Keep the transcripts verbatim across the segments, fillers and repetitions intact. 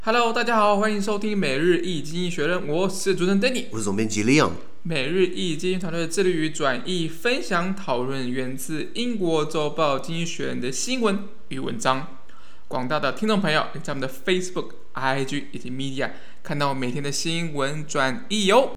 Hello， 大家好，欢迎收听每日易经济学人，我是主持人 Danny， 我是总编辑 Leon。 每日易经济团队致力于转译、分享、讨论源自英国周报《经济学人》的新闻与文章。广大的听众朋友，也在我们的 Facebook、I G 以及 Media 看到每天的新闻转译哟。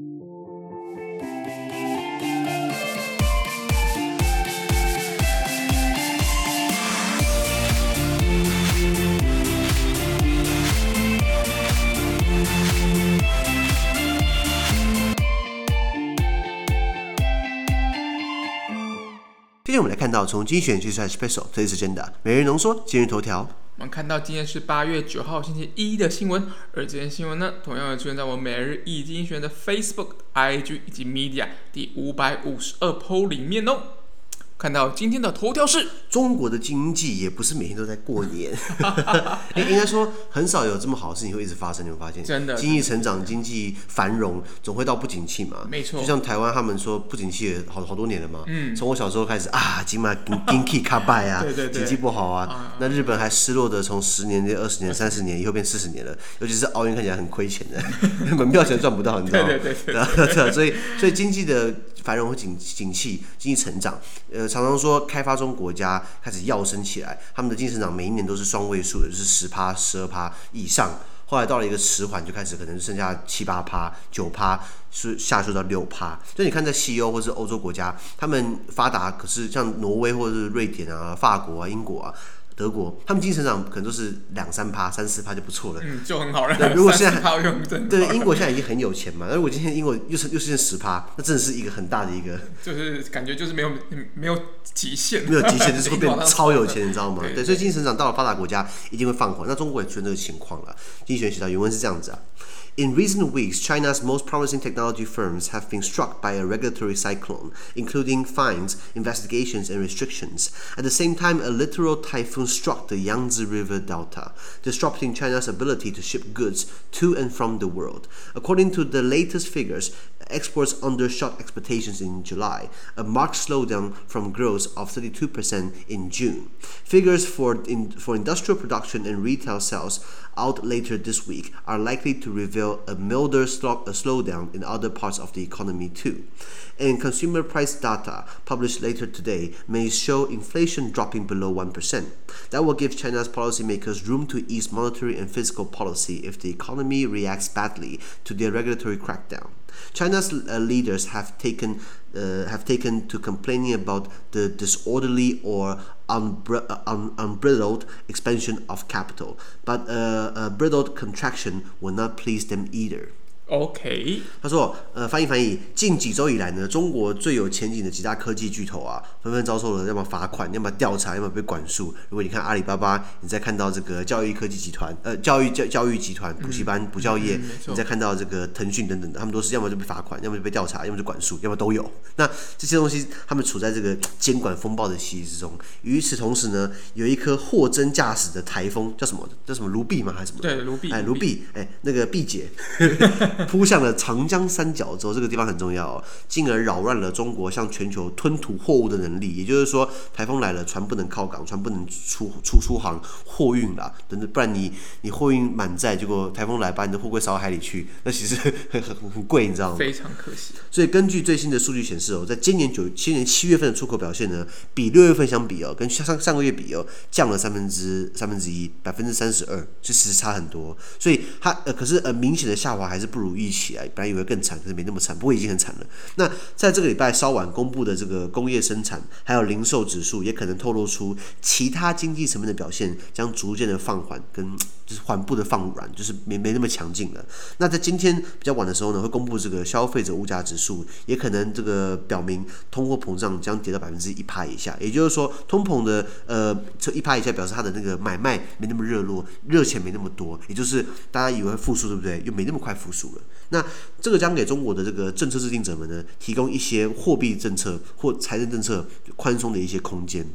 今天我们来看到从精选技术 Special 这一时间的每日浓缩今日头条。 我们看到今天是八月九号星期一的新闻，而这件新闻呢，同样也出现在我每日易经学的 Facebook、I G 以及 Media 第五百五十二 po 里面哦。看到今天的头条是中国的经济也不是每天都在过年，应该说很少有这么好的事情会一直发生。你会发现， 真的经济成长、经济繁荣总会到不景气嘛？ 没错， 就像台湾他们说不景气好好多年了嘛。嗯，从我小时候开始啊，今嘛经济卡败啊，经济不好啊。啊那日本还失落的从十年、二十年、三十年，以后变四十年了。尤其是奥运看起来很亏钱的，门票钱赚不到，你知道吗？ 对对对对对对，所以所以经济的繁荣和景景气、经济成长，呃。常常说开发中国家开始跃升起来，他们的经济成长每一年都是双位数的，就是百分之十、百分之十二以上。后来到了一个迟缓，就开始可能剩下七八趴、九趴，是下修到六趴。所以你看，在西欧或是欧洲国家，他们发达，可是像挪威或者是瑞典啊、法国啊、英国啊。德国，他们经济成长可能都是两三趴、三四趴就不错了， 嗯，就很好了。 对，如果现在对英国现在已经很有钱嘛，那如果今天英国又是又是十趴，那真的是一个很大的一个， 就是感觉就是没有没有极限， 没有极限，就是会变超有钱，你知道吗？ 对, 对，所以经济成长到了发达国家一定会放缓，那中国也出现这个情况了。经济学写到原文是这样子啊。In recent weeks, China's most promising technology firms have been struck by a regulatory cyclone, including fines, investigations, and restrictions. At the same time, a literal typhoon struck the Yangtze River Delta, disrupting China's ability to ship goods to and from the world. According to the latest figures, exports undershot expectations in July, a marked slowdown from growth of thirty-two percent in June. Figures for, in, for industrial production and retail sales out later this week are likely to reveal a milder slow, a slowdown in other parts of the economy too. And consumer price data published later today may show inflation dropping below one percent. That will give China's policymakers room to ease monetary and fiscal policy if the economy reacts badly to their regulatory crackdown. China's uh, leaders have taken uh, have taken to complaining about the disorderly or unbr- uh, un- unbridled expansion of capital, but uh, a bridled contraction will not please them either. OK， 他说，呃，翻译翻译，近几周以来呢，中国最有前景的几大科技巨头啊，纷纷遭受了要么罚款，要么调查，要么被管束。如果你看阿里巴巴，你再看到这个教育科技集团，呃，教育教教育集团、补习班、补教业， 嗯、 你再看到这个腾讯等等的，他们都是要么就被罚款，要么就被调查，要么就管束，要么都有。那这些东西，他们处在这个监管风暴的袭击之中。与此同时呢，有一颗货真价实的台风，叫什么？叫什么卢碧吗？还是什么？ 对，卢碧。 哎，卢碧，哎，那个碧姐。扑向了长江三角洲，这个地方很重要哦，进而扰乱了中国向全球吞吐货物的能力。也就是说，台风来了，船不能靠港，船不能出出出航货运啦，等等，不然你你货运满载，结果台风来把你的货柜烧到海里去，那其实很很很贵，你知道吗？ 非常可惜。 所以根据最新的数据显示哦，在今年九今年七月份的出口表现呢，比六月份相比哦，跟上上个月比哦，降了三分之三分之一，百分之三十二，其实差很多。所以它呃，可是呃明显的下滑还是不如预期啊，本来以为更惨，可是没那么惨，不过已经很惨了。那在这个礼拜稍晚公布的这个工业生产还有零售指数，也可能透露出其他经济层面的表现将逐渐的放缓，跟就是缓步的放软，就是没没那么强劲了。那在今天比较晚的时候呢，会公布这个消费者物价指数，也可能这个表明通货膨胀将跌到百分之一趴以下。也就是说，通膨的呃这一趴以下，表示它的那个买卖没那么热络，热钱没那么多，也就是大家以为复苏，对不对？又没那么快复苏了。那这个将给中国的这个政策制定者们呢，提供一些货币政策或财政政策宽松的一些空间。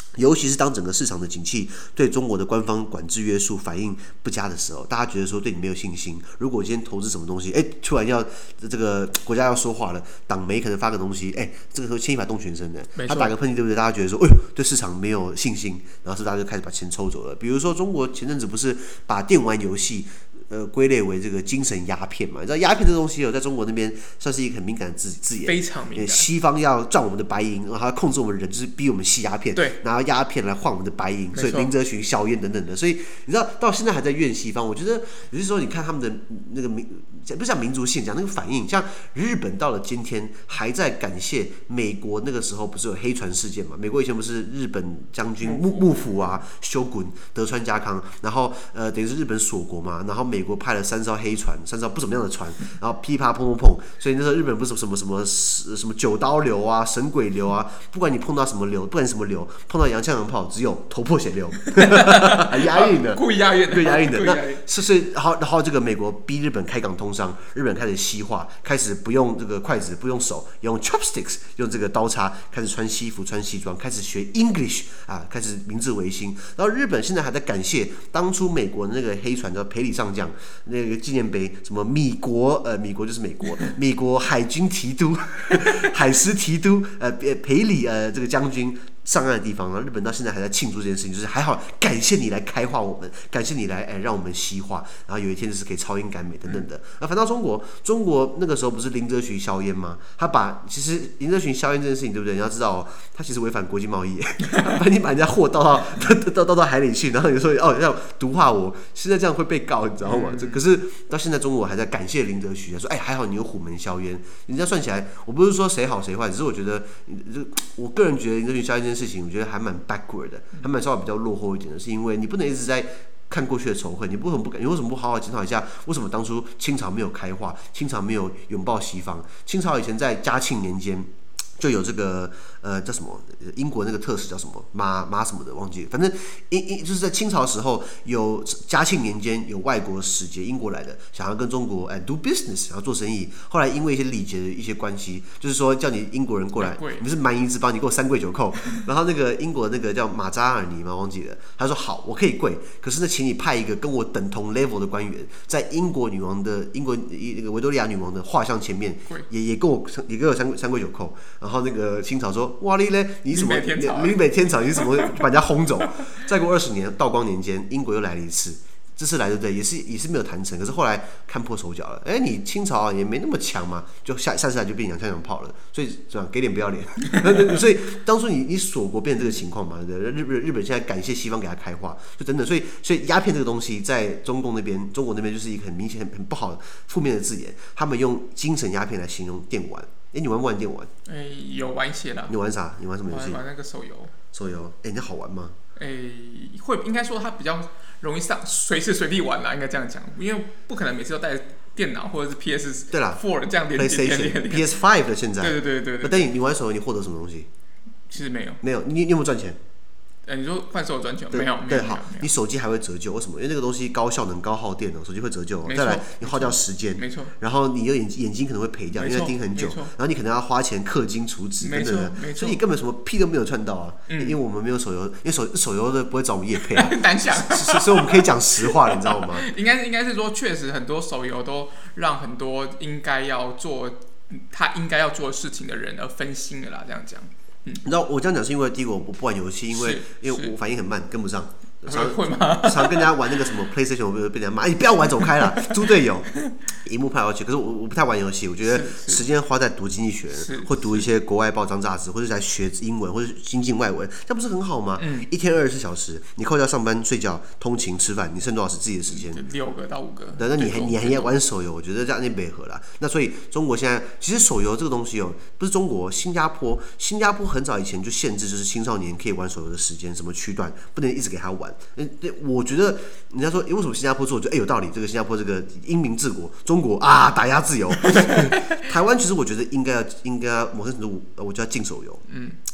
尤其是当整个市场的景气对中国的官方管制约束反应不佳的时候，大家觉得说对你没有信心。如果我今天投资什么东西，哎，突然要这个国家要说话了，党媒可能发个东西，哎，这个时候牵一发动全身的，他打个喷嚏，对不对？大家觉得说，哎呦，对市场没有信心，然后是大家就开始把钱抽走了。比如说中国前阵子不是把电玩游戏呃归类为这个精神鸦片嘛？你知道鸦片这东西哦，在中国那边算是一个很敏感的字字眼， 非常敏感。 西方要赚我们的白银，然后要控制我们人，就是逼我们吸鸦片， 对， 拿鸦片来换我们的白银，所以林则徐硝烟等等的。所以你知道到现在还在怨西方，我觉得有些时候你看他们的那个民，不是讲民族性，讲那个反应，像日本到了今天还在感谢美国，那个时候不是有黑船事件嘛？美国以前不是日本将军幕幕府啊，修滚德川家康，然后呃等于是日本锁国嘛，然后美国派了三艘黑船，三艘不怎么样的船，然后噼啪砰砰砰，所以那时候日本不是什么什么什么九刀流啊、神鬼流啊，不管你碰到什么流，不管什么流，碰到洋枪洋炮，只有头破血流，押韵的， 故意押韵的， 对押韵的。那是是，然后然后这个美国逼日本开港通商，日本开始西化，开始不用这个筷子，不用手，用 chopsticks， 用这个刀叉，开始穿西服、穿西装，开始学 English 啊，开始明治维新。然后日本现在还在感谢当初美国的那个黑船叫裴礼上将那个纪念碑，什么米国呃米国就是美国，米国海军提督海师提督呃裴礼呃这个将军。上岸的地方，然后日本到现在还在庆祝这件事情，就是还好，感谢你来开化我们，感谢你来哎让我们西化，然后有一天就是可以超英赶美等等的。那反倒中国，中国那个时候不是林则徐硝烟吗？他把其实林则徐硝烟这件事情，对不对？你要知道哦，他其实违反国际贸易，把你把人家货倒到倒倒到海里去，然后你说哦要毒化我，现在这样会被告，你知道吗？嗯、可是到现在中国还在感谢林则徐，说哎还好你有虎门硝烟，人家算起来，我不是说谁好谁坏，只是我觉得，我个人觉得林则徐硝烟这件事情，我觉得还蛮 backward 的，还蛮稍微比较落后一点的，是因为你不能一直在看过去的仇恨，你为什么不敢？你为什么不好好检讨一下，为什么当初清朝没有开化，清朝没有拥抱西方？清朝以前在嘉庆年间就有这个呃叫什么英国那个特使叫什么马马什么的忘记了，反正英英就是在清朝的时候有嘉庆年间有外国使节英国来的，想要跟中国哎 do business， 想要做生意，后来因为一些礼节的一些关系，就是说叫你英国人过来，你是蛮夷之邦，你给我三跪九叩，然后那个英国那个叫马扎尔尼嘛忘记了，他说好我可以跪，可是呢请你派一个跟我等同 level 的官员，在英国女王的英国那个维多利亚女王的画像前面也也跟我也跟我三三跪九叩。然后那个清朝说：“哇哩嘞，你怎么明北天朝？你怎么把人家轰走？”再过二十年，道光年间，英国又来了一次。这次来对不对？也是也是没有谈成，可是后来看破手脚了。哎，你清朝啊也没那么强嘛，就下下次来就变洋枪洋炮了。所以是吧？给脸不要脸。所以当初你你锁国变成这个情况嘛，对不对？日本日本现在感谢西方给他开化，就等等。所以所以鸦片这个东西在中共那边，中国那边就是一个很明显很很不好负面的字眼。他们用精神鸦片来形容电玩。哎，你玩不玩电玩？ 哎，有玩一些啦。 你玩啥？你玩什么游戏？ 玩那个手游。 手游，哎，那好玩吗？ 哎，会应该说它比较容易上，随时随地玩啦，应该这样讲，因为不可能每次都带电脑或者是 P S 对啦 four 这样连接。 PlayStation、P S five 的现在。 对对对对对。 那等你你玩手游，你获得什么东西？ 其实没有。 没有，你你有没有赚钱？ 呃，你说换手游赚钱？没有， 对，好，你手机还会折旧，为什么？因为那个东西高效能、高耗电哦，手机会折旧。再来，你花掉时间， 没错。 然后你有眼眼睛可能会赔掉，因为盯很久。然后你可能要花钱氪金、储值等等的，所以你根本什么屁都没有赚到啊！因为我们没有手游，因为手手游的不会找我们业配啊， 难想。 所以我们可以讲实话了，你知道吗？ 应该应该是说，确实很多手游都让很多应该要做他应该要做的事情的人而分心了啦，这样讲。 嗯、你知道我这样讲是因为第一个我不玩游戏，因为因为我反应很慢，跟不上。 会吗？ 常跟人家玩那个什么 PlayStation， 我被人家骂，你不要玩，走开了，猪队友，荧幕派要去。可是我我不太玩游戏，我觉得时间花在读经济学，或读一些国外报章杂志，或者在学英文或者精进外文，这不是很好吗？嗯、一天二十四小时，你扣掉上班、睡觉、通勤、吃饭，你剩多少是自己的时间？ 六个到五个。 对，那你还你还要玩手游，我觉得这样就违和了。那所以中国现在其实手游这个东西哦，不是中国，新加坡，新加坡很早以前就限制，就是青少年可以玩手游的时间，什么区段不能一直给他玩。对，我觉得人家说，为什么新加坡做，我觉得哎有道理。这个新加坡这个英明治国，中国啊打压自由。台湾其实我觉得应该要应该要某种程度，我就要禁手游。嗯，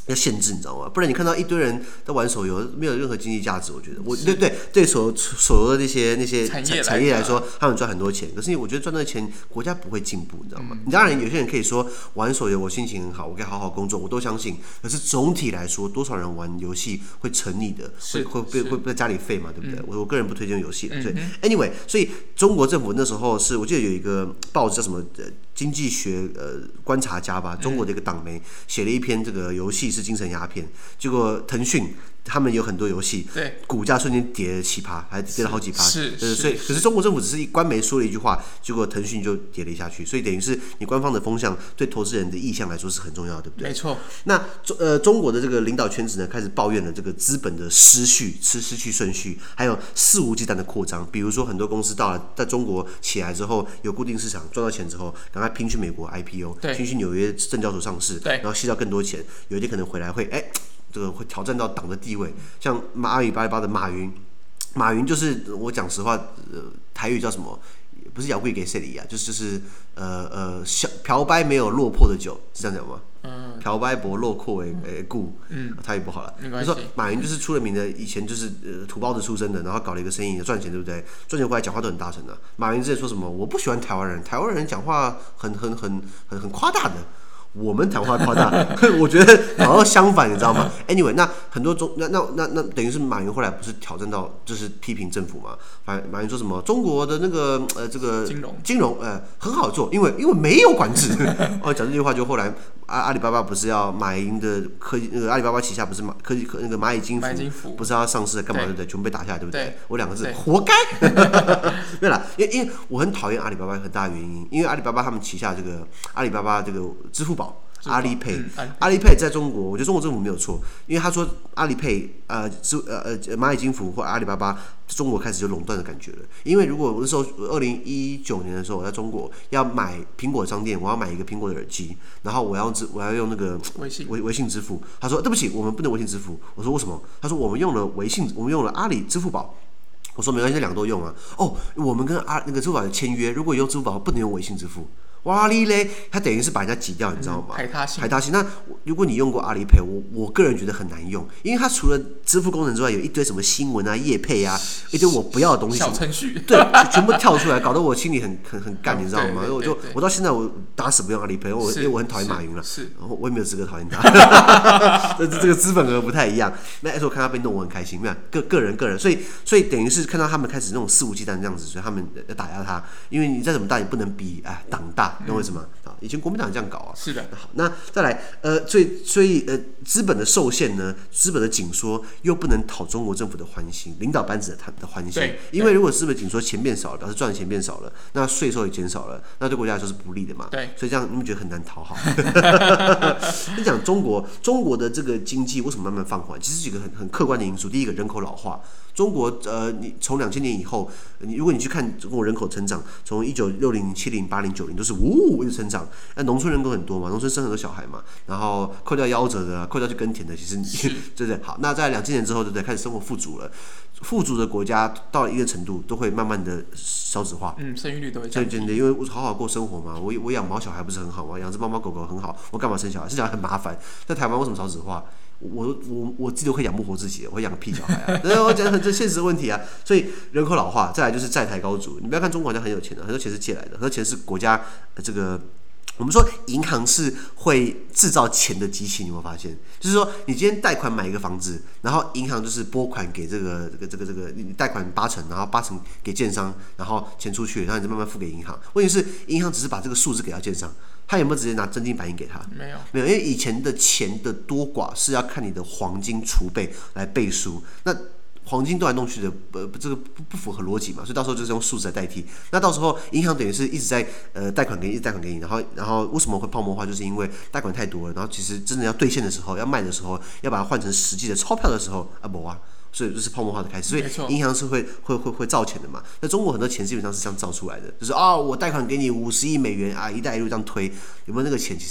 要限制，你知道吗？不然你看到一堆人在玩手游，没有任何经济价值。我觉得，我对对对手游手游的那些那些产业产业来说，他们赚很多钱。可是我觉得赚那个钱，国家不会进步，你知道吗？ 嗯、 当然，有些人可以说玩手游我心情很好，我可以好好工作，我都相信。可是总体来说，多少人玩游戏会沉溺的，会会会会在家里废嘛，对不对？嗯、我我个人不推荐游戏的。所以、嗯、anyway， 所以中国政府那时候是我记得有一个报纸叫什么呃经济学呃观察家吧，中国的一个党媒写了一篇这个游戏是精神鸦片。结果腾讯他们有很多游戏， 对， 股价瞬间跌了七趴，还跌了好几趴。 是， 是，所以可是中国政府只是官媒说了一句话，结果腾讯就跌了下去。所以等于是你官方的风向对投资人的意向来说是很重要的，对不对？ 没错。 那呃，中国的这个领导圈子呢，开始抱怨了这个资本的失序、失失去顺序，还有肆无忌惮的扩张。比如说很多公司到了在中国起来之后，有固定市场，赚到钱之后，赶快拼去美国 I P O， 拼去纽约证交所上市，然后吸到更多钱。有一天可能回来会哎。这个会挑战到党的地位，像阿里巴巴的马云，马云就是我讲实话，呃，台语叫什么？不是摇贵给谁里啊？就是就是呃呃，漂白没有落魄的酒，是这样讲吗？嗯，漂白不落魄的诶故，嗯，台语不好了。 没关系。说马云就是出了名的，以前就是呃土包子出身的，然后搞了一个生意赚钱，对不对？赚钱回来讲话都很大声的。马云之前说什么？我不喜欢台湾人，台湾人讲话很很很很很夸大的。我们谈话夸大，我觉得好像相反，你知道吗 ？Anyway， 那很多中那那那那等于是马云后来不是挑战到，就是批评政府嘛？马马云说什么？中国的那个呃这个金融金融呃很好做，因为因为没有管制。哦，讲这句话就后来阿阿里巴巴不是要马云的科技那个阿里巴巴旗下不是马科技那个蚂蚁金服不是要上市干嘛对不对？全部被打下来对不对？对我两个字活该。没有啦，因为因为我很讨厌阿里巴巴很大的原因，因为阿里巴巴他们旗下这个阿里巴巴这个支付宝。阿里 Pay， 嗯、阿里 Pay 在中国，我觉得中国政府没有错，因为他说阿里 Pay 呃是呃呃蚂蚁金服或阿里巴巴，中国开始就垄断的感觉了。因为如果我那时候二零一九年的时候，我在中国要买苹果商店，我要买一个苹果的耳机，然后我要支我要用那个微信微微信支付，他说对不起，我们不能微信支付。我说为什么？他说我们用了微信，我们用了阿里支付宝。我说没关系，两个都用啊。哦，我们跟阿那个支付宝的签约，如果用支付宝不能用微信支付。哇哩嘞，它等于是把人家挤掉，你知道吗？ 排他性， 排他性。那如果你用过阿里 Pay， 我我个人觉得很难用，因为它除了支付功能之外，有一堆什么新闻啊、业配啊，一堆我不要的东西， 小程序， 对，全部跳出来，搞得我心里很很很干，你知道吗？我就我到现在我打死不用阿里 Pay， 我因为我很讨厌马云了， 是， 然后我也没有资格讨厌他，这这个资本额不太一样。那时候看他被弄，我很开心，没有个个人个人，所以所以等于是看到他们开始那种肆无忌惮这样子，所以他们要打压他，因为你再怎么大，你不能比哎党大，懂我意思吗？以前国民党这样搞啊， 是的。 好，那再来，呃，所以所以呃，资本的受限呢，资本的紧缩又不能讨中国政府的欢心，领导班子的他的欢心。因为如果资本紧缩，钱变少了，表示赚的钱变少了，那税收也减少了，那对国家来说是不利的嘛。 对， 所以这样你们觉得很难讨好。你讲中国，中国的这个经济为什么慢慢放缓？其实几个很很客观的因素，第一个人口老化。中国呃，你从两千年以后，你如果你去看中国人口成长，从一九六零、七零、八零、九零都是呜呜一直成长。那农村人口很多嘛，农村生很多小孩嘛，然后扣掉夭折的，扣掉去耕田的，其实你对不对？好，那在两千年之后，对不对？开始生活富足了。富足的国家到了一个程度，都会慢慢的少子化， 嗯，生育率都会降低。 对对，因为我好好过生活嘛，我我养毛小孩不是很好吗？养只猫猫狗狗很好，我干嘛生小孩？生小孩很麻烦。在台湾为什么少子化？我我我自己都可以养不活自己，我会养个屁小孩啊！对，我讲很这现实的问题啊。所以人口老化，再来就是债台高筑。你不要看中国好像很有钱的，很多钱是借来的，很多钱是国家、呃、这个。我们说银行是会制造钱的机器，你有没有发现？就是说，你今天贷款买一个房子，然后银行就是拨款给这个这个这个这个，你贷款八成，然后八成给建商，然后钱出去，然后你再慢慢付给银行。问题是，银行只是把这个数字给到建商，他有没有直接拿真金白银给他？ 没有， 没有，因为以前的钱的多寡是要看你的黄金储备来背书。那黄金动来动去的，呃，这个不不符合逻辑嘛，所以到时候就是用数字来代替。那到时候银行等于是一直在呃贷款给你，一直贷款给你，然后然后为什么会泡沫化？就是因为贷款太多了，然后其实真的要兑现的时候，要卖的时候，要把它换成实际的钞票的时候，啊不啊。所以就是泡沫化的开始，所以银行是会会会会造钱的嘛？那中国很多钱基本上是这样造出来的，就是啊、哦，我贷款给你五十亿美元啊，一带一路这样推，有没有那个钱？其实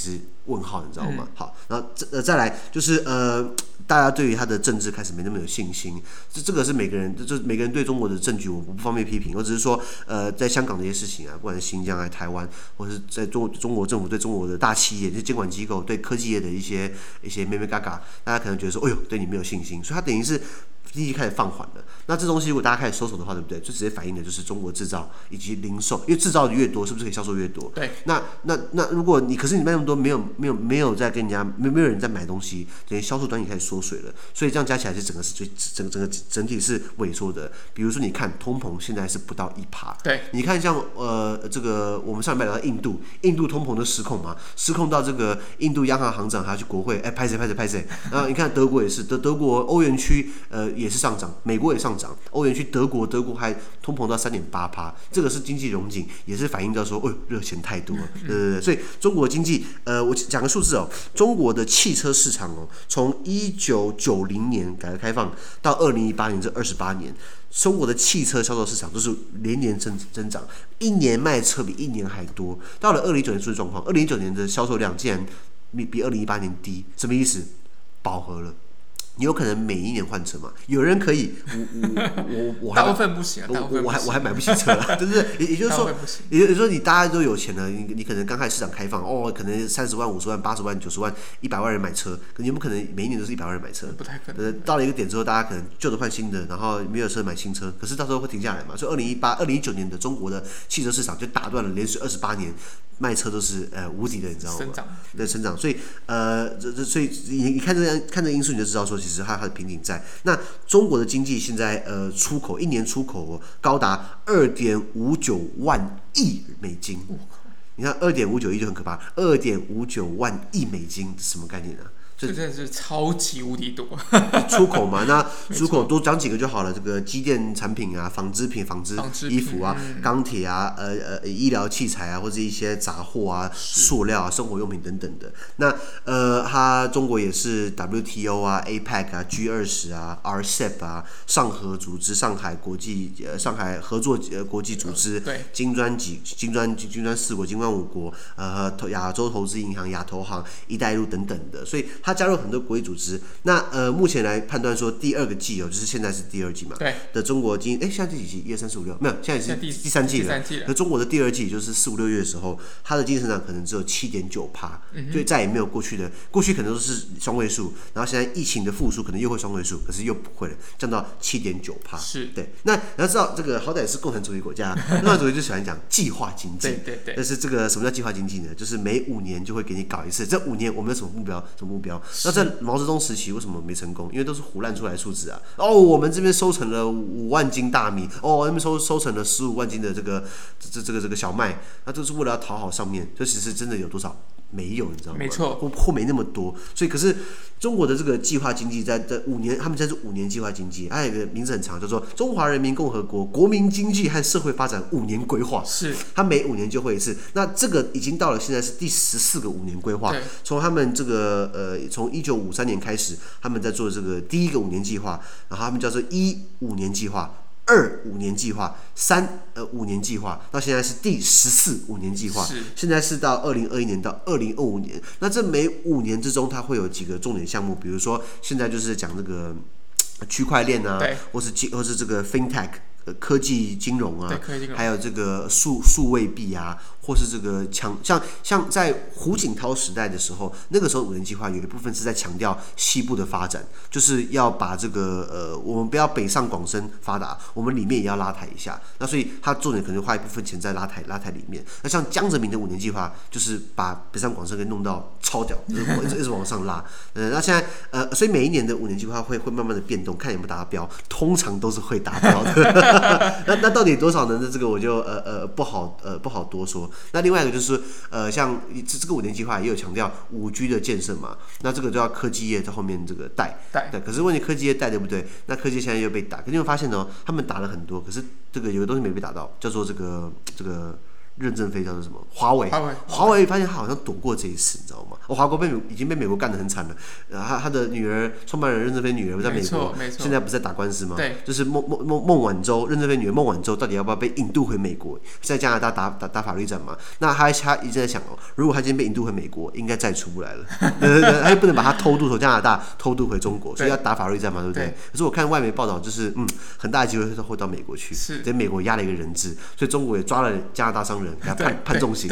问号，你知道吗？嗯、好，然后呃再来就是呃，大家对于他的政治开始没那么有信心，这这个是每个人，这每个人对中国的政局我不方便批评，我只是说呃，在香港的一些事情啊，不管是新疆还是台湾，或是在中中国政府对中国的大企业、这些监管机构对科技业的一些一些咩咩嘎嘎，大家可能觉得说，哎呦，对你没有信心，所以他等于是。经济开始放缓了，那这东西如果大家开始收手的话，对不对？就直接反映的就是中国制造以及零售，因为制造的越多，是不是可以销售越多？ 对。 那那那如果你可是你卖那么多，没有没有没有在跟人家没没有人在买东西，等于销售端也开始缩水了，所以这样加起来是整个是整整个整体是萎缩的。比如说你看通膨现在是不到一趴， 对。 你看像呃这个我们上礼拜聊到印度，印度通膨的失控嘛，失控到这个印度央行行长还要去国会，哎拍谁拍谁拍谁。然后你看德国也是，德德国欧元区呃也是上涨，美国也上涨，欧元区德国德国还通膨到三点八趴，这个是经济荣景，也是反映到说，哦，热钱太多了，对对对，所以中国经济，呃，我讲个数字哦，中国的汽车市场哦，从一九九零年改革开放到二零一八年这二十八年，中国的汽车销售市场都是连年增增长，一年卖车比一年还多。到了二零一九年出现状况，二零一九年的销售量竟然比比二零一八年低，什么意思？饱和了。你有可能每一年换车嘛？有人可以，我我我我还大部分不行、啊， 我我还我还买不起车啊，对不对？也也就是说，也就是说，你大家都有钱了，你你可能刚开始市场开放，哦，可能三十万、五十万、八十万、九十万、一百万人买车，可你有没有可能每一年都是一百万人买车？ 不太可能。 到了一个点之后，大家可能旧的换新的，然后没有车买新车，可是到时候会停下来嘛？所以二零一八、二零一九年的中国的汽车市场就打断了连续二十八年。卖车都是呃无敌的，你知道吗？ 生长， 对，生长，所以呃，这这所以你你看这样看这个因素，你就知道说，其实它它的瓶颈在。那中国的经济现在呃出口一年出口高达二点五九万亿美金，你看二点五九亿就很可怕，二点五九万亿美金是什么概念呢、啊？ 这真的是超级无敌多出口嘛，那出口多讲几个就好了。这个机电产品啊、纺织品、纺织衣服啊、钢铁啊、呃呃医疗器材啊，或者一些杂货啊、塑料啊、生活用品等等的。那呃，它中国也是 W T O 啊、A P E C 啊、G 二十啊、R C E P 啊、上合组织、上海国际呃上海合作呃国际组织、 对金砖几金砖金砖四国、金砖五国、呃亚洲投资银行、亚投行、一带一路等等的，所以它加入很多国际组织。那呃，目前来判断说，第二个季哦，就是现在是第二季嘛， 对的中国经哎，现在第几季？一二三四五六，没有，现在是第第三季了。那中国的第二季就是四五六月的时候，它的经济成长可能只有七点九趴，所以再也没有过去的，过去可能都是双位数，然后现在疫情的复苏可能又会双位数，可是又不会了，降到七点九趴。 是， 对。那你要知道，这个好歹是共产主义国家，共产主义就喜欢讲计划经济。 对对对。 但是这个什么叫计划经济呢？就是每五年就会给你搞一次，这五年我们有什么目标？什么目标？那在毛泽东时期为什么没成功？因为都是胡乱出来的数字啊。哦，我们这边收成了五万斤大米，哦，那边收收成了十五万斤的这个这这个这个小麦，那这是为了要讨好上面，这其实真的有多少？没有，你知道吗？ 没错， 或或没那么多。所以，可是中国的这个计划经济在在五年，他们在是五年计划经济，它有一个名字很长，叫做《中华人民共和国国民经济和社会发展五年规划》。 是， 它每五年就会一次。那这个已经到了现在是第十四个五年规划。从他们这个呃，从一九五三年开始，他们在做这个第一个五年计划，然后他们叫做一五年计划。二五年计划，三呃五年计划，到现在是第十四五年计划，现在是到二零二一年到二零二五年。那这每五年之中，它会有几个重点项目，比如说现在就是讲这个区块链啊，或是或是这个 fintech。科技金融啊，还有这个数数位币啊，或是这个强像像在胡锦涛时代的时候，那个时候五年计划有一部分是在强调西部的发展，就是要把这个呃，我们不要北上广深发达，我们里面也要拉抬一下。那所以他重点可能花一部分钱在拉抬拉抬里面。那像江泽民的五年计划，就是把北上广深给弄到超屌，就是一直一直往上拉。呃，那现在呃，所以每一年的五年计划会会慢慢的变动，看有没有达标，通常都是会达标的。那那到底多少呢？这个我就呃呃不好呃不好多说。那另外一个就是呃像这这个五年计划也有强调五 G 的建设嘛，那这个就要科技业在后面这个带带。可是问题科技业带对不对？那科技现在又被打，可是你会发现哦，他们打了很多，可是这个有个东西没被打到，叫做这个这个任正非叫做什么？华为， 华为， 华为发现他好像躲过这一次，你知道吗？哦、华国被已经被美国干得很惨了。呃，他他的女儿，创办人任正非女儿在美国，现在不是在打官司吗？ 对， 就是孟孟孟孟晚舟，任正非女儿孟晚舟到底要不要被引渡回美国？在加拿大打打打法律战嘛？那他他一直在想哦，如果他今天被引渡回美国，应该再出不来了，对对对，他就不能把他偷渡从加拿大偷渡回中国，所以要打法律战嘛，对不对？对，可是我看外媒报道，就是嗯，很大的机会会到美国去，在美国压了一个人质，所以中国也抓了加拿大商人，给他判判重刑。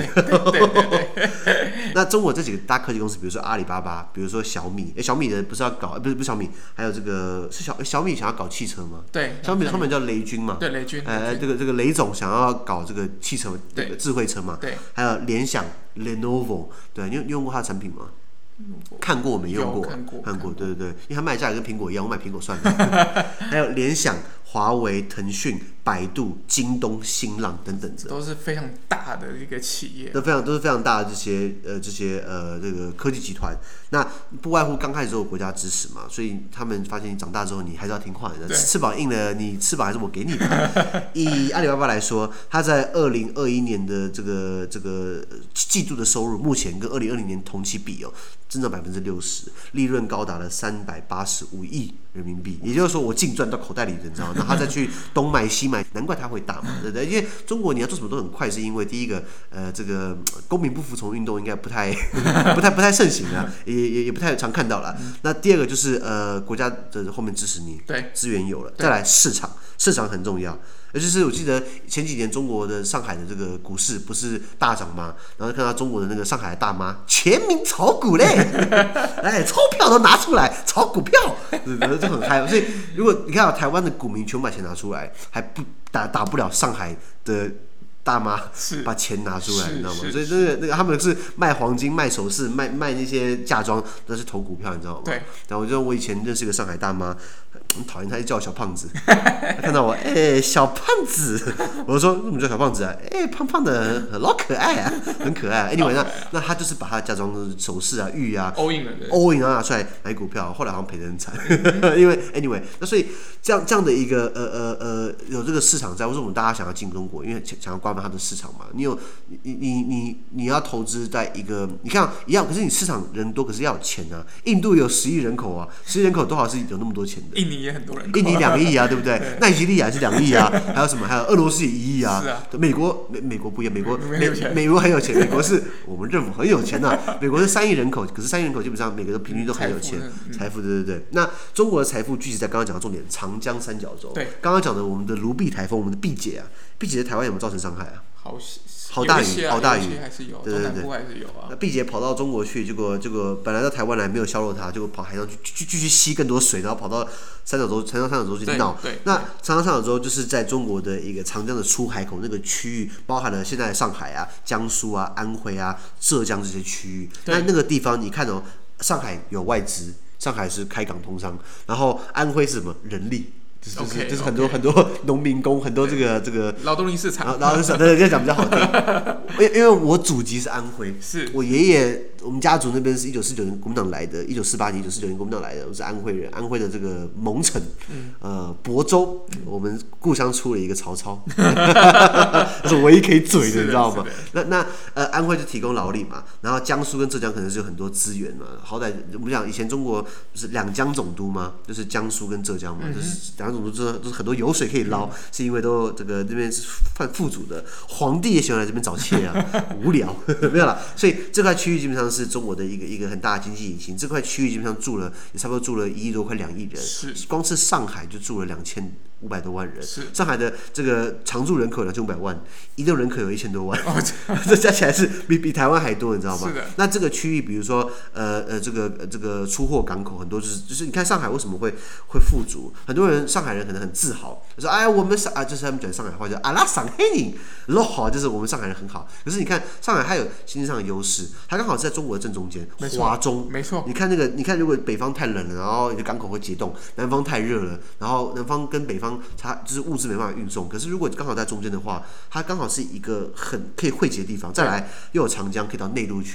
那中国这几个大科技公司，比如说阿里巴巴，比如说小米，哎，小米的不是要搞，不是不是小米，还有这个是小小米想要搞汽车吗？ 对， 小米的创办人叫雷军嘛， 对，雷军， 呃，这个这个雷总想要搞这个汽车，这个智慧车嘛， 对， 还有联想 Lenovo， 对，你有你用过他的产品吗？看过没用过？ 看过， 看过，对对对，因为它卖价也跟苹果一样，我买苹果算了。还有联想、华为、腾讯、百度、京东、新浪等等的， 都是非常大的一个企业， 都非常都是非常大的这些呃这些呃这个科技集团。那不外乎刚开始都有国家支持嘛，所以他们发现你长大之后，你还是要听话的，翅膀硬了，你翅膀还是我给你的。以阿里巴巴来说，它在二零二一年的这个这个季度的收入，目前跟二零二零年同期比哦，增长百分之六十，利润高达了三百八十五亿人民币。也就是说，我净赚到口袋里的，你知道吗？那他再去东买西买，难怪他会大嘛，对不对？因为中国你要做什么都很快，是因为第一个，呃，这个公民不服从运动应该不太不太不太盛行啊，也也也不太常看到了。嗯、那第二个就是呃，国家的后面支持你， 对， 资源有了，再来市场，市场很重要。尤其是我记得前几年中国的上海的这个股市不是大涨吗？然后看到中国的那个上海的大妈全民炒股嘞，哎，钞票都拿出来炒股票，就很嗨。所以如果你看到台湾的股民全部把钱拿出来，还不打打不了上海的大妈把钱拿出来，你知道吗？所以那个那个他们是卖黄金、卖首饰、卖卖那些嫁妆，那是投股票，你知道吗？ 对。 然后我就我以前认识一个上海大妈，很讨厌她，就叫我小胖子。看到我，哎、欸，小胖子，我就说怎么叫小胖子啊？哎、欸，胖胖的，老可爱啊，很可爱、啊。Anyway， 那那他就是把他的嫁妆的首饰啊、玉啊 ，all in 了 ，all in 拿出来买股票，后来好像赔得很惨。因为 Anyway， 那所以这样这样的一个呃呃呃有这个市场在，为什么大家想要进中国？因为想要瓜分它的市场嘛。你有你你你你要投资在一个，你看一样，可是你市场人多，可是要有钱啊。印度有十亿人口啊，十亿人口多少是有那么多钱的？ 印尼也很多人口， 印尼两亿啊，对不对？对，奈及利亚是两亿啊，还有什么？还有俄罗斯也一亿啊。 是啊。 美国美美国不一样，美国美美国很有钱，美国是我们政府很有钱呐、啊。美国是三亿人口，可是三亿人口基本上每个都平均都很有钱，财富、嗯、对对对。那中国的财富聚集在刚刚讲的重点长江三角洲。 对， 刚刚讲的我们的卢碧台风，我们的碧姐啊，碧姐在台湾有没有造成伤害啊？ 好。 好大雨，好大雨， 还是有， 对对对， 还是有啊。 那碧姐跑到中国去，结果结果本来到台湾来没有削弱它，结果跑海上去继继续吸更多水，然后跑到三角洲、长江三角洲去闹。那长江三角洲就是在中国的一个长江的出海口那个区域，包含了现在的上海啊、江苏啊、安徽啊、浙江这些区域。那那个地方你看哦，上海有外资，上海是开港通商，然后安徽是什么？人力。就是、 okay, 就是很多 okay. 很多农民工，很多这个这个劳动力市场， 劳动力市场，对，这样讲比较好听。因为因为我祖籍是安徽， 是我爷爷，我们家族那边是一九四九年国民党来的，一九四八年、一九四九年国民党来的，我是安徽人，安徽的这个蒙城，嗯、呃亳州，嗯、我们故乡出了一个曹操，这是唯一可以嘴的，你知道吗？那那呃安徽就提供劳力嘛，然后江苏跟浙江可能是有很多资源嘛，好歹我们讲以前中国不是两江总督吗？就是江苏跟浙江嘛，嗯、就是两。总之都是很多油水可以捞，是因为都这个这边是泛富足的，皇帝也喜欢来这边找妾啊，无聊没有啦。所以这块区域基本上是中国的一个一个很大的经济引擎。这块区域基本上住了也差不多住了一亿多，快两亿人， 是光是上海就住了两千五百多万人。 是上海的这个常住人口有两千五百万，移动人口有一千多万，哦、这加起来是比比台湾还多，你知道吗？ 是的。 那这个区域，比如说呃呃这个这个出货港口很多，就是就是你看上海为什么会会富足？很多人上海人可能很自豪，说哎我们上啊，就是他们讲上海话叫阿拉上海人，老好，就是我们上海人很好。可是你看上海还有经济上的优势，它刚好是在中国的正中间，华中， 没错。 你看那个，你看如果北方太冷了，然后你的港口会解冻；南方太热了，然后南方跟北方它就是物资没办法运送。可是如果刚好在中间的话，它刚好是一个很可以汇集的地方。再来又有长江可以到内陆去，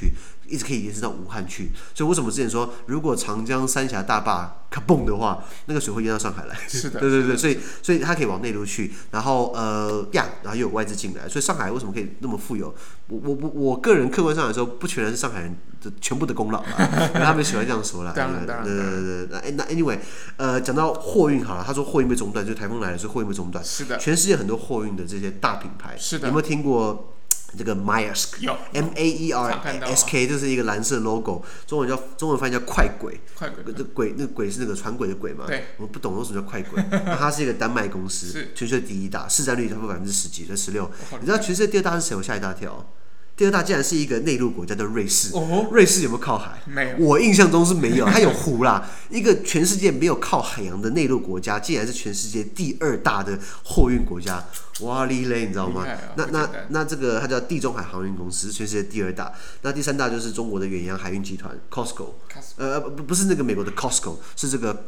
一直可以延伸到武汉去。所以为什么之前说，如果长江三峡大坝卡蹦的话，那个水会淹到上海来？ 是的， 对对对，所以所以它可以往内陆去，然后呃呀，然后又有外资进来，所以上海为什么可以那么富有？我我我我个人客观上来说，不全然是上海人的全部的功劳啦，因为他们喜欢这样说啦。 当然当然，对对对对。那 anyway， 呃，讲到货运好了，他说货运被中断，就是台风来了，所以货运被中断。 是的， 全世界很多货运的这些大品牌， 是的， 有没有听过？这个 Maersk 有 M A E R S K 这是一个蓝色 logo， 中文叫中文翻译叫快轨。 快轨， 这轨那轨是那个船轨的轨嘛？ 对， 我不懂为什么叫快轨。那它是一个丹麦公司， 是全世界第一大，市占率差不多百分之十几，才十六。你知道全世界第二大是谁？我吓一大跳。第二大竟然是一个内陆国家，叫瑞士。 哦， 瑞士有没有靠海？ 没有。 我印象中是没有，它有湖啦。一个全世界没有靠海洋的内陆国家，竟然是全世界第二大的货运国家。哇哩嘞，你知道吗？ 啊、 那那那这个它叫地中海航运公司，全世界第二大。那第三大就是中国的远洋海运集团 Costco， 呃不不是那个美国的 Costco， 是这个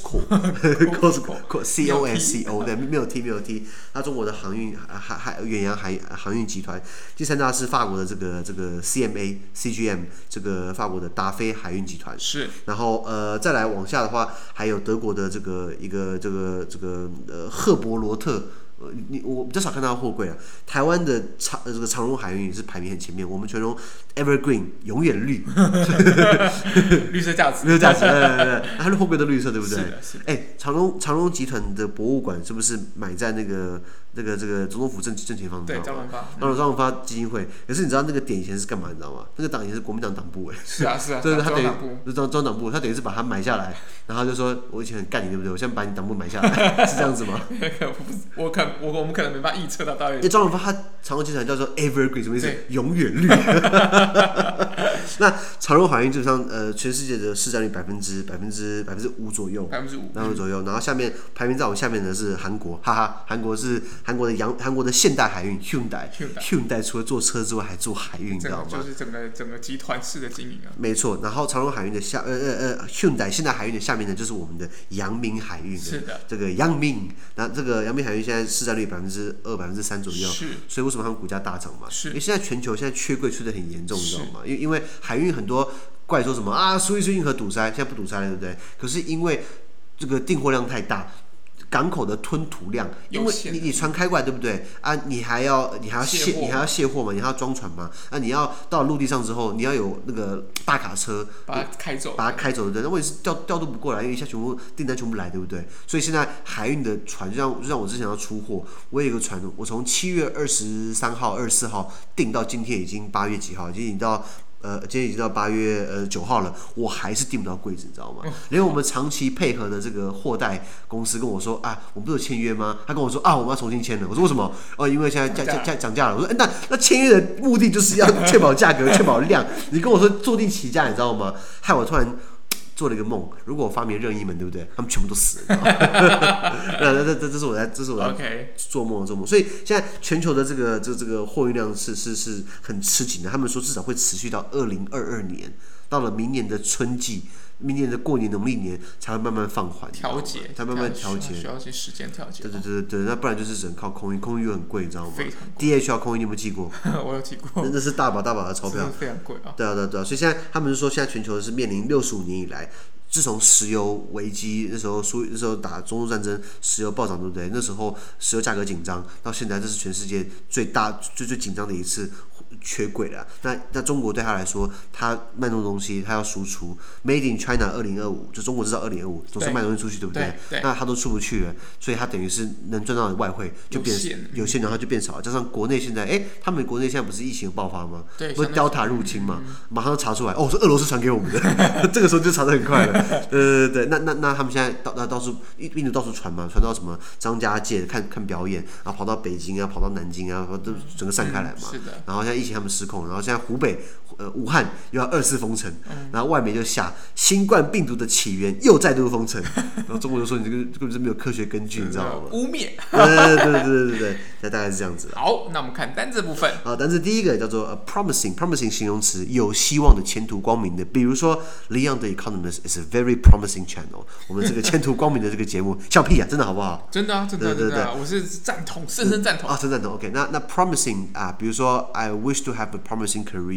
Costco，Costco C O S C O， 对，没有 T 没有 T， 它中国的航运海海远洋海航运集团。第三大是法国的这个这个 C M A C G M， 这个法国的达菲海运集团。 是。然后呃再来往下的话，还有德国的这个一个这个这个呃赫伯罗特。呃，你我比较少看到的货柜啊。台湾的长呃这个长荣海运也是排名很前面，我们全荣 Evergreen 永远绿， 绿色价值， 绿色价值，对对对，它的货柜都绿色，对不对？ 是的，是的。 哎，长荣长荣集团的博物馆是不是买在那个那个这个总统府正正前方？ 对，张荣发， 张荣发基金会。可是你知道那个点以前是干嘛？你知道吗？那个党以前是国民党党部哎。 是啊是啊， 对，他等于是中中党部，他等于是把它买下来，然后就说我以前很干你，对不对？我现在把你党部买下来，是这样子吗？ 我可我我们可能没办法预测到到底。 因为张荣发他长荣集团叫做 Evergreen， 什么意思？永远绿。那长荣海运基本上呃全世界的市占率百分之百分之百分之五左右， 百分之五， 百分之左右。然后下面排名在我们下面的是韩国，哈哈，韩国是韩国的洋韩国的现代海运 Hyundai，Hyundai 除了做车之外还做海运，你知道吗？ 就是整个整个集团式的经营啊。 没错，然后长荣海运的下呃呃呃 Hyundai 现代海运的下面呢就是我们的阳明海运， 是的， 这个阳明，那这个阳明海运现在市占率百分之二百分之三左右， 是， 所以为什么他们股价大涨嘛？ 是， 因为现在全球现在缺柜缺的很严重，你知道吗？因为因为海运很多怪说什么啊，苏伊士运河堵塞，现在不堵塞了，对不对？可是因为这个订货量太大。港口的吞吐量，因为你你船开过来，对不对啊？你还要你还要卸你还要卸货嘛？你还要装船嘛？啊，你要到陆地上之后，你要有那个大卡车把它开走， 把它开走，对不对？那问题是调调度不过来，因为一下全部订单全部来，对不对？所以现在海运的船，就像就像我之前要出货，我有一个船，我从七月二十三号、二十四号订到今天已经八月几号，已经已经到。呃，今天已经到八月呃九号了，我还是订不到柜子，你知道吗？连我们长期配合的这个货代公司跟我说啊，我们不是有签约吗？他跟我说啊，我们要重新签了。我说为什么？哦，因为现在价价价涨价了。我说，欸、那那签约的目的就是要确保价格，确保量。你跟我说坐定起价，你知道吗？害我突然。做了一个梦，如果我发明任意门，对不对？他们全部都死了。那这这这是我在这是我在做梦的做梦。所以现在全球的这个这这个货运量是是是很吃紧的。他们说至少会持续到二零二二年，到了明年的春季。明年的过年农历年才会慢慢放缓， 调节， 才慢慢调节， 需要一些时间调节。 对对对对，那不然就是只能靠空运，空运又很贵，你知道吗？ 非常贵。 D H L 空运你有没有记过？ 我有记过。 那是大把大把的钞票， 非常贵啊。 对啊对啊对啊，所以现在他们是说，现在全球是面临六十五年以来。自从石油危机那时候苏那时候打中东战争，石油暴涨，对不对？那时候石油价格紧张，到现在这是全世界最大最最紧张的一次缺柜了。那那中国对他来说，他卖那种东西，他要输出 Made in China 二零二五，就中国制造二零二五，总是卖东西出去，对不对？ 对对那他都出不去了，所以他等于是能赚到的外汇就变有限，然后就变少了。加上国内现在，哎，他们国内现在不是疫情爆发吗？ 对， 不是 Delta 入侵嘛，嗯、马上查出来，哦，是俄罗斯传给我们的，这个时候就查得很快了。对对对，那那那他们现在到那到处病毒到处传嘛，传到什么张家界看看表演，然后跑到北京啊，跑到南京啊，都整个散开来嘛。 嗯、是的。 然后现在疫情他们失控，然后现在湖北呃武汉又要二次封城，嗯、然后外媒就下新冠病毒的起源又再度封城，然后中国就说你这个这个是没有科学根据，你知道吗？ 污蔑。 对对对对对对，那大概是这样子。 好，那我们看单字部分。 好，单字第一个叫做 a promising，promising 形容词，有希望的、前途光明的，比如说 Leon the Economist is a very promising channel， 我们这个前途光明的这个节目，笑屁啊，真的好不好？ 真的啊，真的、啊，真的、啊，我是赞同，深深赞同啊，真赞同。OK， 那那 promising 啊，比如说 I wish to have a promising career，、嗯、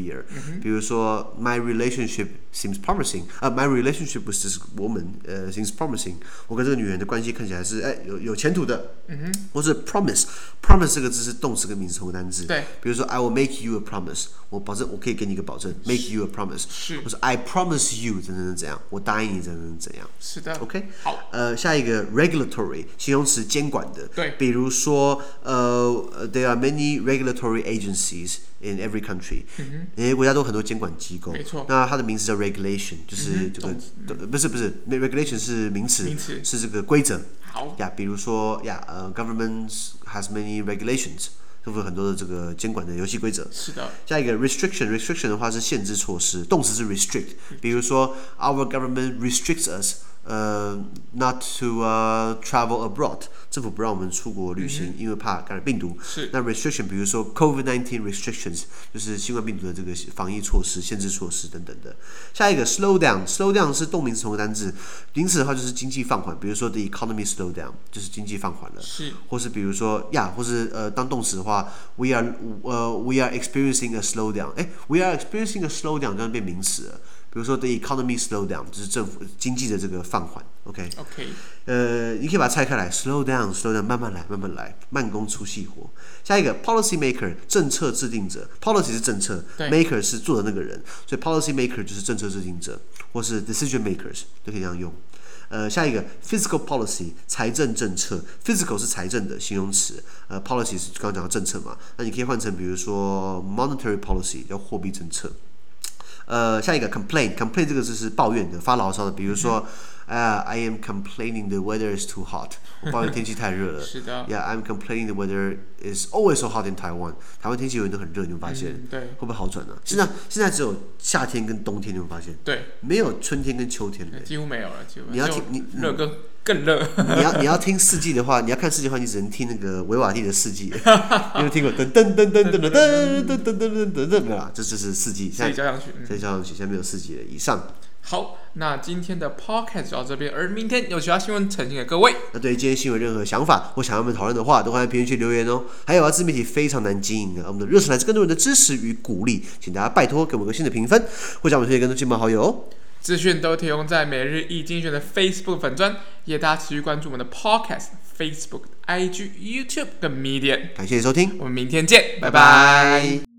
嗯、比如说 My relationship seems promising， 啊、uh, ，My relationship with this woman 呃、uh, seems promising， 我跟这个女人的关系看起来是哎有有前途的。嗯哼，或是 promise，promise 这个字是动词跟名词同个单字。 对， 比如说 I will make you a promise， 我保证我可以给你一个保证 ，make you a promise。 是， 或是 I promise you 怎样怎样，我答应你怎样怎样。 是的 ，OK。 好， 呃，下一个 regulatory 形容词监管的。 对， 比如说呃 ，there are many regulatory agencies in every country， 每个国家都有很多监管机构。 没错。 那它的名词叫 regulation， 就是这个、嗯、不是不是 regulation 是名词， 名词是这个规则。 好呀，比如说呀，呃 ，government has many regulations， 都有很多的这个监管的游戏规则。 是的。 下一个 restriction，restriction 的话是限制措施，动词是 restrict。比如说 ，our government restricts us。呃、uh, ，not to、uh, travel abroad， 政府不让我们出国旅行，嗯、因为怕感染病毒。 是。 那 restriction， 比如说 COVID 十九 restrictions， 就是新冠病毒的这个防疫措施、限制措施等等的。下一个 slow down，slow down 是动名词同个单字，名词的话就是经济放缓，比如说 the economy slow down， 就是经济放缓了。 是。 或是比如说呀，或是呃当动词的话 ，we are 呃、uh, we are experiencing a slow down， 哎 ，we are experiencing a slow down 这样变名词了。比如说 the economy slow down， 就是政府经济的这个放缓 ，OK， OK， 呃，你可以把它拆开来 ，slow down，slow down， 慢慢来，慢慢来，慢工出细活。下一个 policy maker， 政策制定者 ，policy 是政策 ，maker 是做的那个人，所以 policy maker 就是政策制定者，或是 decision makers 都可以这样用。呃，下一个 fiscal policy 财政政策 ，physical 是财政的形容词，呃 ，policy 是刚刚讲的政策嘛，那你可以换成比如说 monetary policy 叫货币政策。呃，下一个 complain，complain 这个字是抱怨的、发牢骚的，比如说，啊、uh, ，I am complaining the weather is too hot， 我抱怨天气太热了。 是的。 Yeah, I'm complaining the weather is always so hot in Taiwan。台湾天气永远都很热，你会发现？ 嗯、对。 会不会好转呢、啊？现在现在只有夏天跟冬天，你会发现？ 对。 没有春天跟秋天了。 几乎没有了，几乎。 你要听你热更更热。 你要你要听四季的话，你要看四季的话，你只能听那个维瓦蒂的四季。你有听过？噔噔噔噔噔噔噔噔噔噔噔噔，没有啦，这就是四季。 四季交响曲。 四季交响曲，现在没有四季了。以上。 好，那今天的 podcast 就到这边，而明天有其他新闻呈现给各位。 那对于今天新闻任何想法或想要我们讨论的话，都欢迎在评论区留言哦。还有啊，自媒体非常难经营啊，我们的热忱来自更多人的支持与鼓励，请大家拜托给我们个新的评分，或者我们推荐更多亲朋好友哦。 资讯都提供在每日一精选的 Facebook 粉专，也大家持续关注我们的 podcast、Facebook、I G、YouTube 跟 Medium。 感谢收听， 我们明天见，拜拜。 拜拜。